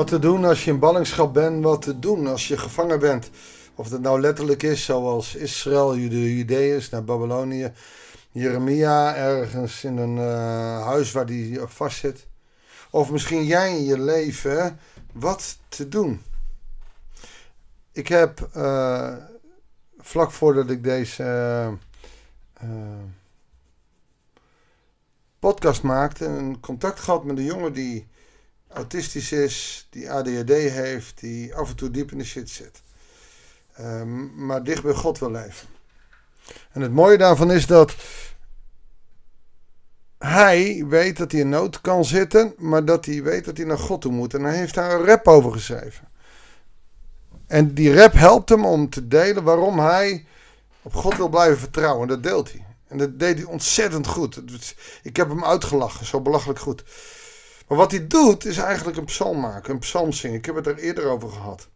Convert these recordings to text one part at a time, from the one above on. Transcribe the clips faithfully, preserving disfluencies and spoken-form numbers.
Wat te doen als je in ballingschap bent, wat te doen als je gevangen bent. Of dat nou letterlijk is, zoals Israël, de Judeërs naar Babylonië. Jeremia ergens in een uh, huis waar die vast zit. Of misschien jij in je leven, wat te doen. Ik heb uh, vlak voordat ik deze uh, uh, podcast maakte, een contact gehad met een jongen die autistisch is, die A D H D heeft, die af en toe diep in de shit zit. Uh, maar dicht bij God wil leven. En het mooie daarvan is dat hij weet dat hij in nood kan zitten, maar dat hij weet dat hij naar God toe moet. En hij heeft daar een rap over geschreven. En die rap helpt hem om te delen waarom hij op God wil blijven vertrouwen. En dat deelt hij. En dat deed hij ontzettend goed. Ik heb hem uitgelachen, zo belachelijk goed. Maar wat hij doet, is eigenlijk een psalm maken, een psalm zingen. Ik heb het er eerder over gehad.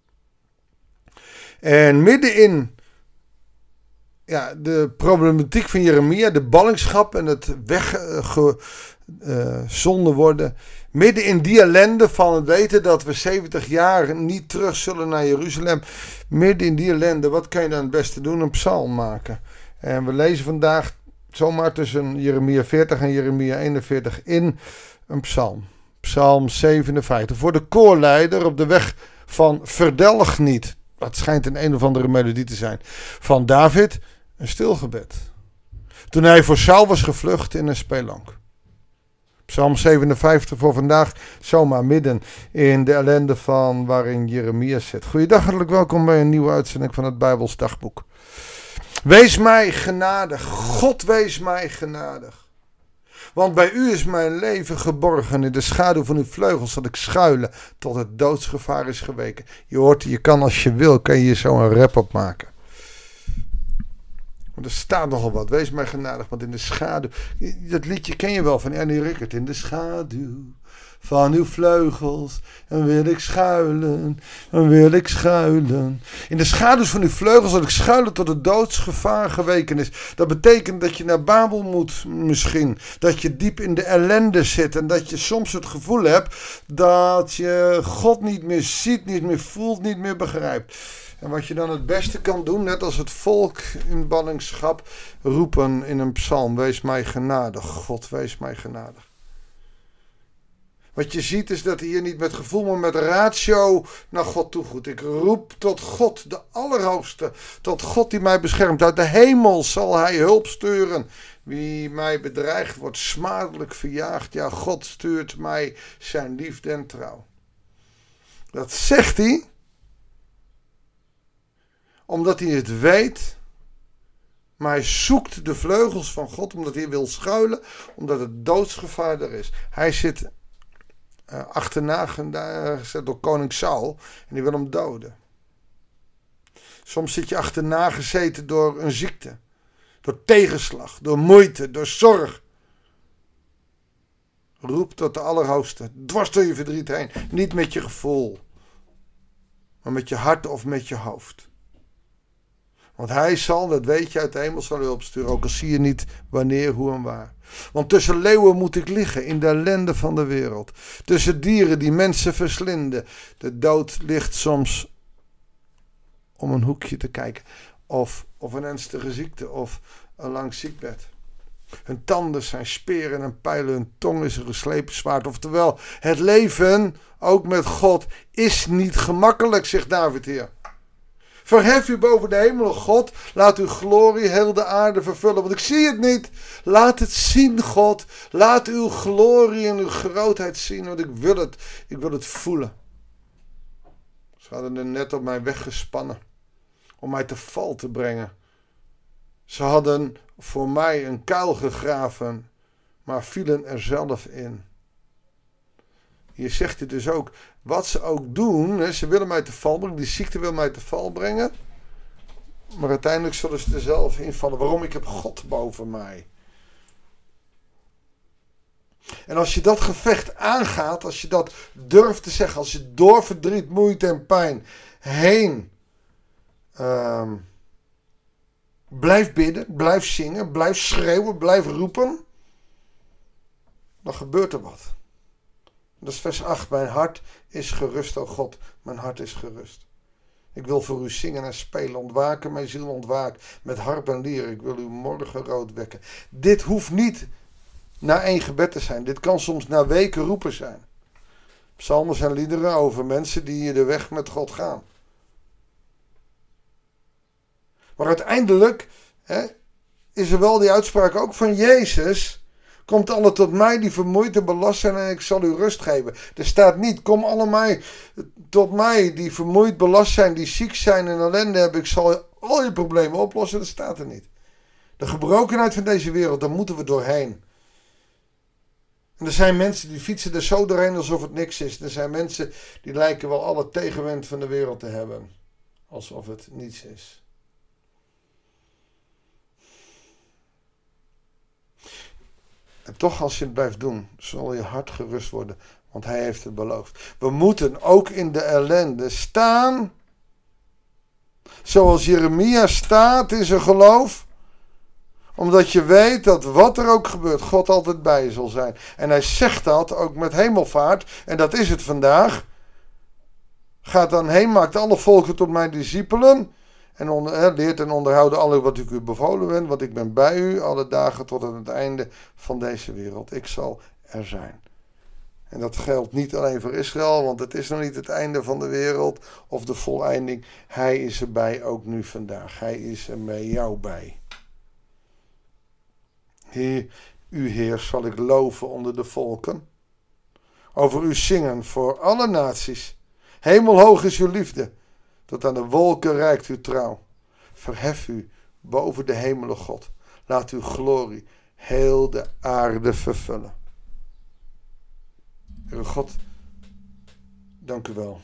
En middenin ja, de problematiek van Jeremia, de ballingschap en het weggezonden uh, worden. Midden in die ellende van het weten dat we zeventig jaar niet terug zullen naar Jeruzalem. Midden in die ellende, wat kan je dan het beste doen? Een psalm maken. En we lezen vandaag zomaar tussen Jeremia veertig en Jeremia eenenveertig in een psalm. Psalm zevenenvijftig. Voor de koorleider op de weg van verdelg niet. Dat schijnt een een of andere melodie te zijn. Van David, een stilgebed. Toen hij voor Saul was gevlucht in een spelonk. Psalm zevenenvijftig voor vandaag, zomaar midden in de ellende van waarin Jeremia zit. Goeiedag, hartelijk welkom bij een nieuwe uitzending van het Bijbels Dagboek. Wees mij genadig, God wees mij genadig. Want bij u is mijn leven geborgen, in de schaduw van uw vleugels zal ik schuilen tot het doodsgevaar is geweken. Je hoort, je kan als je wil, kan je hier zo een rap op maken. Want er staat nogal wat, wees mij genadig, want in de schaduw, dat liedje ken je wel van Annie Rickert. In de schaduw van uw vleugels, dan wil ik schuilen, dan wil ik schuilen. In de schaduw van uw vleugels zal ik schuilen tot het doodsgevaar geweken is. Dat betekent dat je naar Babel moet misschien. Dat je diep in de ellende zit en dat je soms het gevoel hebt dat je God niet meer ziet, niet meer voelt, niet meer begrijpt. En wat je dan het beste kan doen, net als het volk in ballingschap, roepen in een psalm, wees mij genadig, God wees mij genadig. Wat je ziet is dat hij hier niet met gevoel, maar met ratio naar God toegoedt. Ik roep tot God, de Allerhoogste, tot God die mij beschermt. Uit de hemel zal hij hulp sturen. Wie mij bedreigd wordt, smadelijk verjaagd. Ja, God stuurt mij zijn liefde en trouw. Dat zegt hij, omdat hij het weet. Maar hij zoekt de vleugels van God, omdat hij wil schuilen, omdat het doodsgevaar er is. Hij zit Uh, achterna gezet door koning Saul en die wil hem doden. Soms zit je achterna gezeten door een ziekte, door tegenslag, door moeite, door zorg. Roep tot de Allerhoogste, dwars door je verdriet heen, niet met je gevoel, maar met je hart of met je hoofd. Want hij zal, dat weet je, uit de hemel zal hulp sturen, ook al zie je niet wanneer, hoe en waar. Want tussen leeuwen moet ik liggen in de ellende van de wereld. Tussen dieren die mensen verslinden. De dood ligt soms om een hoekje te kijken. Of, of een ernstige ziekte of een lang ziekbed. Hun tanden zijn speren en pijlen, hun tong is een geslepen zwaard. Oftewel, het leven, ook met God, is niet gemakkelijk, zegt David hier. Verhef u boven de hemel, God. Laat uw glorie heel de aarde vervullen. Want ik zie het niet. Laat het zien, God. Laat uw glorie en uw grootheid zien. Want ik wil het. Ik wil het voelen. Ze hadden er net op mij weggespannen. Om mij te val te brengen. Ze hadden voor mij een kuil gegraven. Maar vielen er zelf in. Hier zegt hij dus ook, wat ze ook doen, hè, ze willen mij te val brengen, die ziekte wil mij te val brengen, maar uiteindelijk zullen ze er zelf invallen. Waarom? Ik heb God boven mij. En als je dat gevecht aangaat, als je dat durft te zeggen, als je door verdriet, moeite en pijn heen um, blijf bidden, blijf zingen, blijf schreeuwen, blijf roepen, dan gebeurt er wat. Dat is vers acht. Mijn hart is gerust, o God. Mijn hart is gerust. Ik wil voor u zingen en spelen. Ontwaken, mijn ziel ontwaakt. Met harp en lier. Ik wil u morgenrood wekken. Dit hoeft niet na één gebed te zijn. Dit kan soms na weken roepen zijn. Psalmen zijn liederen over mensen die de weg met God gaan. Maar uiteindelijk hè, is er wel die uitspraak ook van Jezus. Komt alle tot mij die vermoeid en belast zijn en ik zal u rust geven. Er staat niet, kom allemaal tot mij die vermoeid, belast zijn, die ziek zijn en ellende hebben. Ik zal al je problemen oplossen. Dat staat er niet. De gebrokenheid van deze wereld, daar moeten we doorheen. En er zijn mensen die fietsen er zo doorheen alsof het niks is. Er zijn mensen die lijken wel alle tegenwind van de wereld te hebben. Alsof het niets is. En toch als je het blijft doen, zal je hart gerust worden. Want hij heeft het beloofd. We moeten ook in de ellende staan. Zoals Jeremia staat in zijn geloof. Omdat je weet dat wat er ook gebeurt, God altijd bij je zal zijn. En hij zegt dat ook met hemelvaart. En dat is het vandaag. Gaat dan heen, maakt alle volken tot mijn discipelen. En onder, leert en onderhouden alle wat ik u bevolen ben. Want ik ben bij u alle dagen tot aan het einde van deze wereld. Ik zal er zijn. En dat geldt niet alleen voor Israël. Want het is nog niet het einde van de wereld. Of de voleinding. Hij is erbij ook nu vandaag. Hij is er met jou bij. Heer, u Heer zal ik loven onder de volken. Over u zingen voor alle naties. Hemelhoog is uw liefde. Tot aan de wolken reikt uw trouw. Verhef u boven de hemelen, God. Laat uw glorie heel de aarde vervullen. Heere God, dank u wel.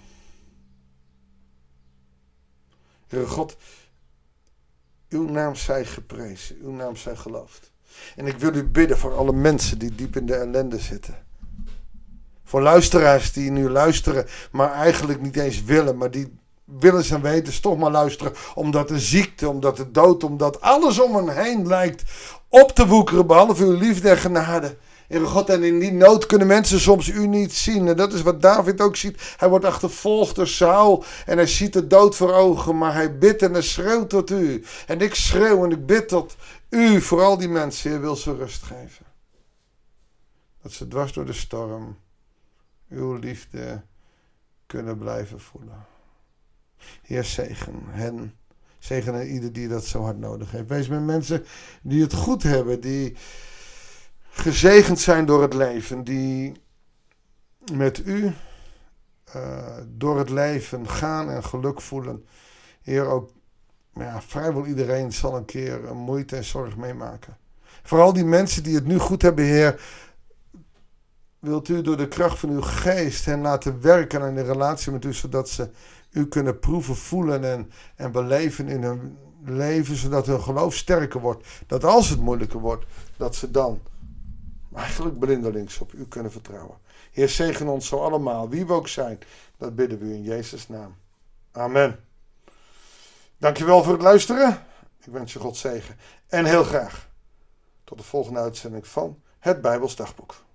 Heere God, uw naam zij geprezen. Uw naam zij geloofd. En ik wil u bidden voor alle mensen die diep in de ellende zitten. Voor luisteraars die nu luisteren, maar eigenlijk niet eens willen, maar die willen ze weten, toch maar luisteren, omdat de ziekte, omdat de dood, omdat alles om hen heen lijkt op te woekeren, behalve uw liefde en genade. Heere God, en in die nood kunnen mensen soms u niet zien. En dat is wat David ook ziet. Hij wordt achtervolgd door Saul en hij ziet de dood voor ogen, maar hij bidt en hij schreeuwt tot u. En ik schreeuw en ik bid tot u, voor al die mensen, Heer, wil ze rust geven. Dat ze dwars door de storm uw liefde kunnen blijven voelen. Heer, zegen hen. Zegen hen ieder die dat zo hard nodig heeft. Wees met mensen die het goed hebben, die gezegend zijn door het leven, die met u uh, door het leven gaan en geluk voelen. Heer, ook ja, vrijwel iedereen zal een keer een moeite en zorg meemaken. Vooral die mensen die het nu goed hebben, Heer, wilt u door de kracht van uw geest hen laten werken aan de relatie met u, zodat ze u kunnen proeven, voelen en, en beleven in hun leven, zodat hun geloof sterker wordt. Dat als het moeilijker wordt, dat ze dan eigenlijk blindelings op u kunnen vertrouwen. Heer, zegen ons zo allemaal, wie we ook zijn. Dat bidden we u in Jezus' naam. Amen. Dankjewel voor het luisteren. Ik wens je God zegen. En heel graag tot de volgende uitzending van het Bijbels Dagboek.